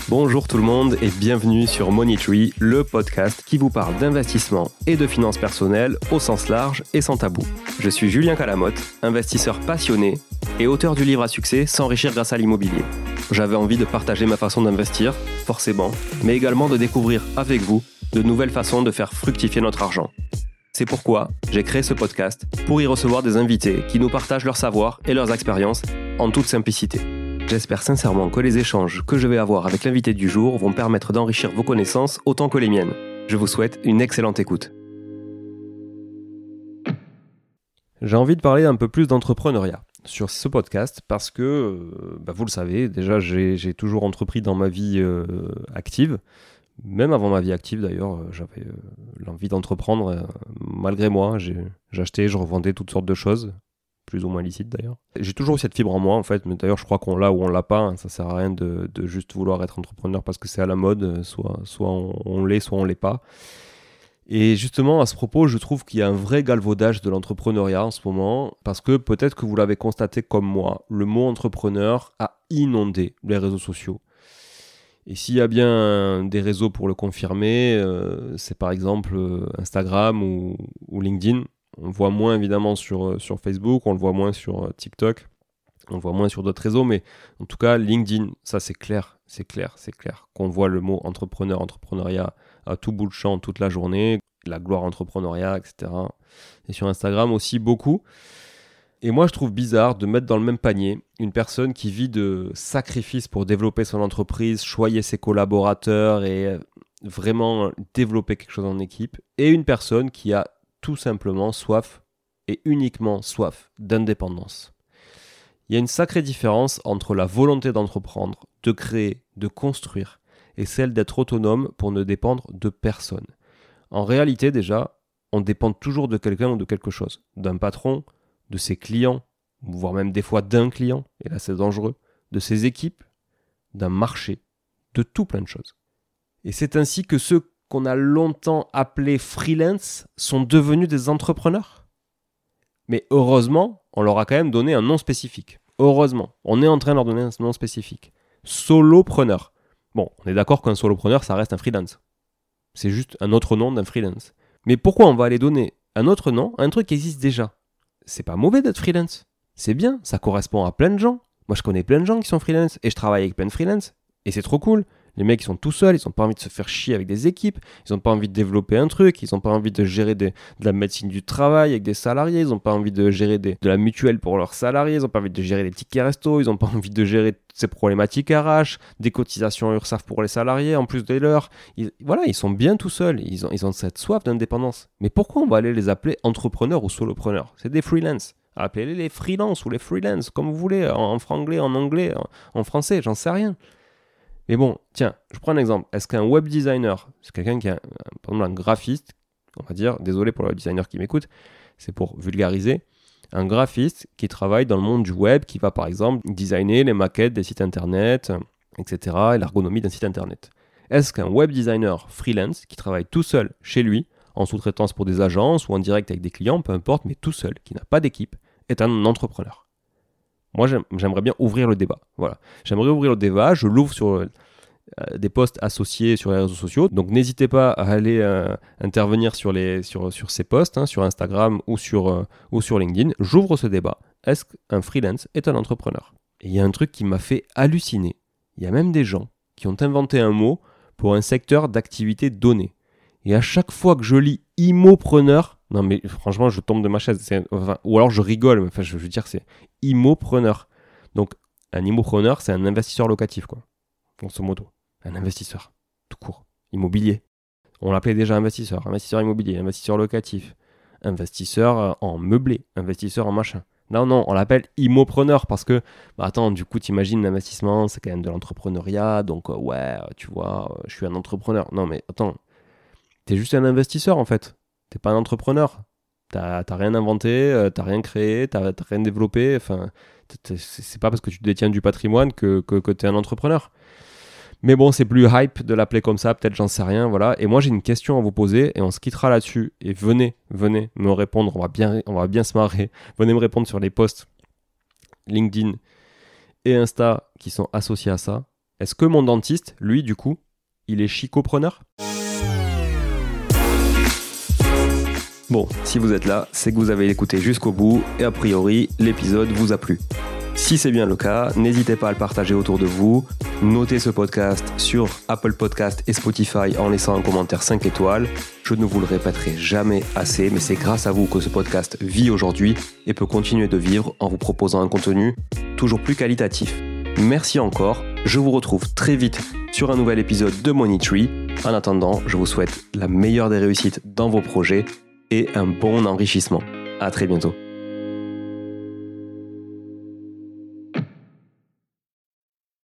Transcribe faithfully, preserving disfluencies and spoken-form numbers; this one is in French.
Bonjour tout le monde et bienvenue sur Money Tree, le podcast qui vous parle d'investissement et de finances personnelles au sens large et sans tabou. Je suis Julien Calamotte, investisseur passionné et auteur du livre à succès S'enrichir grâce à l'immobilier. J'avais envie de partager ma façon d'investir, forcément, mais également de découvrir avec vous de nouvelles façons de faire fructifier notre argent. C'est pourquoi j'ai créé ce podcast pour y recevoir des invités qui nous partagent leur savoir et leurs expériences en toute simplicité. J'espère sincèrement que les échanges que je vais avoir avec l'invité du jour vont permettre d'enrichir vos connaissances autant que les miennes. Je vous souhaite une excellente écoute. J'ai envie de parler un peu plus d'entrepreneuriat sur ce podcast parce que, euh, bah vous le savez, déjà j'ai, j'ai toujours entrepris dans ma vie euh, active. Même avant ma vie active d'ailleurs, j'avais euh, l'envie d'entreprendre euh, malgré moi. J'ai, j'achetais, je revendais toutes sortes de choses. Plus ou moins licite d'ailleurs. J'ai toujours eu cette fibre en moi en fait, mais d'ailleurs je crois qu'on l'a ou on l'a pas, hein. Ça sert à rien de, de juste vouloir être entrepreneur parce que c'est à la mode, soit, soit on, on l'est, soit on l'est pas. Et justement à ce propos, je trouve qu'il y a un vrai galvaudage de l'entrepreneuriat en ce moment, parce que peut-être que vous l'avez constaté comme moi, le mot entrepreneur a inondé les réseaux sociaux. Et s'il y a bien des réseaux pour le confirmer, euh, c'est par exemple Instagram ou, ou LinkedIn. On le voit moins évidemment sur, sur Facebook, on le voit moins sur TikTok, on le voit moins sur d'autres réseaux, mais en tout cas LinkedIn, ça c'est clair, c'est clair, c'est clair. Qu'on voit le mot entrepreneur, entrepreneuriat à tout bout de champ toute la journée, la gloire entrepreneuriat, et cetera. Et sur Instagram aussi beaucoup. Et moi je trouve bizarre de mettre dans le même panier une personne qui vit de sacrifices pour développer son entreprise, choyer ses collaborateurs et vraiment développer quelque chose en équipe, et une personne qui a tout simplement soif, et uniquement soif, d'indépendance. Il y a une sacrée différence entre la volonté d'entreprendre, de créer, de construire, et celle d'être autonome pour ne dépendre de personne. En réalité déjà, on dépend toujours de quelqu'un ou de quelque chose, d'un patron, de ses clients, voire même des fois d'un client, et là c'est dangereux, de ses équipes, d'un marché, de tout plein de choses. Et c'est ainsi que ceux qu'on a longtemps appelés freelance sont devenus des entrepreneurs. Mais heureusement, on leur a quand même donné un nom spécifique. Heureusement, on est en train de leur donner un nom spécifique. Solopreneur. Bon, on est d'accord qu'un solopreneur, ça reste un freelance. C'est juste un autre nom d'un freelance. Mais pourquoi on va aller donner un autre nom à un truc qui existe déjà ? C'est pas mauvais d'être freelance. C'est bien, ça correspond à plein de gens. Moi, je connais plein de gens qui sont freelance et je travaille avec plein de freelance. Et c'est trop cool. Les mecs, ils sont tout seuls, ils n'ont pas envie de se faire chier avec des équipes, ils n'ont pas envie de développer un truc, ils n'ont pas envie de gérer des, de la médecine du travail avec des salariés, ils n'ont pas envie de gérer des, de la mutuelle pour leurs salariés, ils n'ont pas envie de gérer des tickets resto, ils n'ont pas envie de gérer ces problématiques R H, des cotisations URSSAF pour les salariés, en plus des leurs. Ils, voilà, ils sont bien tout seuls, ils ont, ils ont cette soif d'indépendance. Mais pourquoi on va aller les appeler entrepreneurs ou solopreneurs ? C'est des freelance. Appelez-les les freelance ou les freelance, comme vous voulez, en, en franglais, en anglais, en, en français, j'en sais rien. Mais bon, tiens, je prends un exemple. Est-ce qu'un web designer, c'est quelqu'un qui est, un, par exemple, un graphiste, on va dire, désolé pour le web designer qui m'écoute, c'est pour vulgariser, un graphiste qui travaille dans le monde du web, qui va par exemple designer les maquettes des sites internet, et cetera, et l'ergonomie d'un site internet. Est-ce qu'un web designer freelance, qui travaille tout seul chez lui, en sous-traitance pour des agences ou en direct avec des clients, peu importe, mais tout seul, qui n'a pas d'équipe, est un entrepreneur ? Moi, j'aimerais bien ouvrir le débat. Voilà. J'aimerais ouvrir le débat. Je l'ouvre sur euh, des posts associés sur les réseaux sociaux. Donc, n'hésitez pas à aller euh, intervenir sur, les, sur, sur ces posts, hein, sur Instagram ou sur, euh, ou sur LinkedIn. J'ouvre ce débat. Est-ce qu'un freelance est un entrepreneur ? Et il y a un truc qui m'a fait halluciner. Il y a même des gens qui ont inventé un mot pour un secteur d'activité donné. Et à chaque fois que je lis « immopreneur », non mais franchement je tombe de ma chaise, c'est, enfin, ou alors je rigole, enfin, je veux dire c'est immopreneur. Donc un immopreneur c'est un investisseur locatif quoi, grosso modo. Un investisseur, tout court, immobilier. On l'appelait déjà investisseur, investisseur immobilier, investisseur locatif, investisseur en meublé, investisseur en machin. Non, non, on l'appelle immopreneur parce que, bah attends, du coup t'imagines l'investissement, c'est quand même de l'entrepreneuriat, donc euh, ouais, tu vois, euh, je suis un entrepreneur. Non mais attends, t'es juste un investisseur en fait. T'es pas un entrepreneur, t'as, t'as rien inventé, euh, t'as rien créé, t'as, t'as rien développé, enfin, c'est pas parce que tu détiens du patrimoine que, que, que t'es un entrepreneur. Mais bon, c'est plus hype de l'appeler comme ça, peut-être j'en sais rien, voilà. Et moi j'ai une question à vous poser et on se quittera là-dessus. Et venez, venez me répondre, on va bien, on va bien se marrer. Venez me répondre sur les posts LinkedIn et Insta qui sont associés à ça. Est-ce que mon dentiste, lui, du coup, il est chicopreneur ? Bon, si vous êtes là, c'est que vous avez écouté jusqu'au bout et a priori, l'épisode vous a plu. Si c'est bien le cas, n'hésitez pas à le partager autour de vous, notez ce podcast sur Apple Podcast et Spotify en laissant un commentaire cinq étoiles. Je ne vous le répéterai jamais assez, mais c'est grâce à vous que ce podcast vit aujourd'hui et peut continuer de vivre en vous proposant un contenu toujours plus qualitatif. Merci encore, je vous retrouve très vite sur un nouvel épisode de Money Tree. En attendant, je vous souhaite la meilleure des réussites dans vos projets et un bon enrichissement. À très bientôt.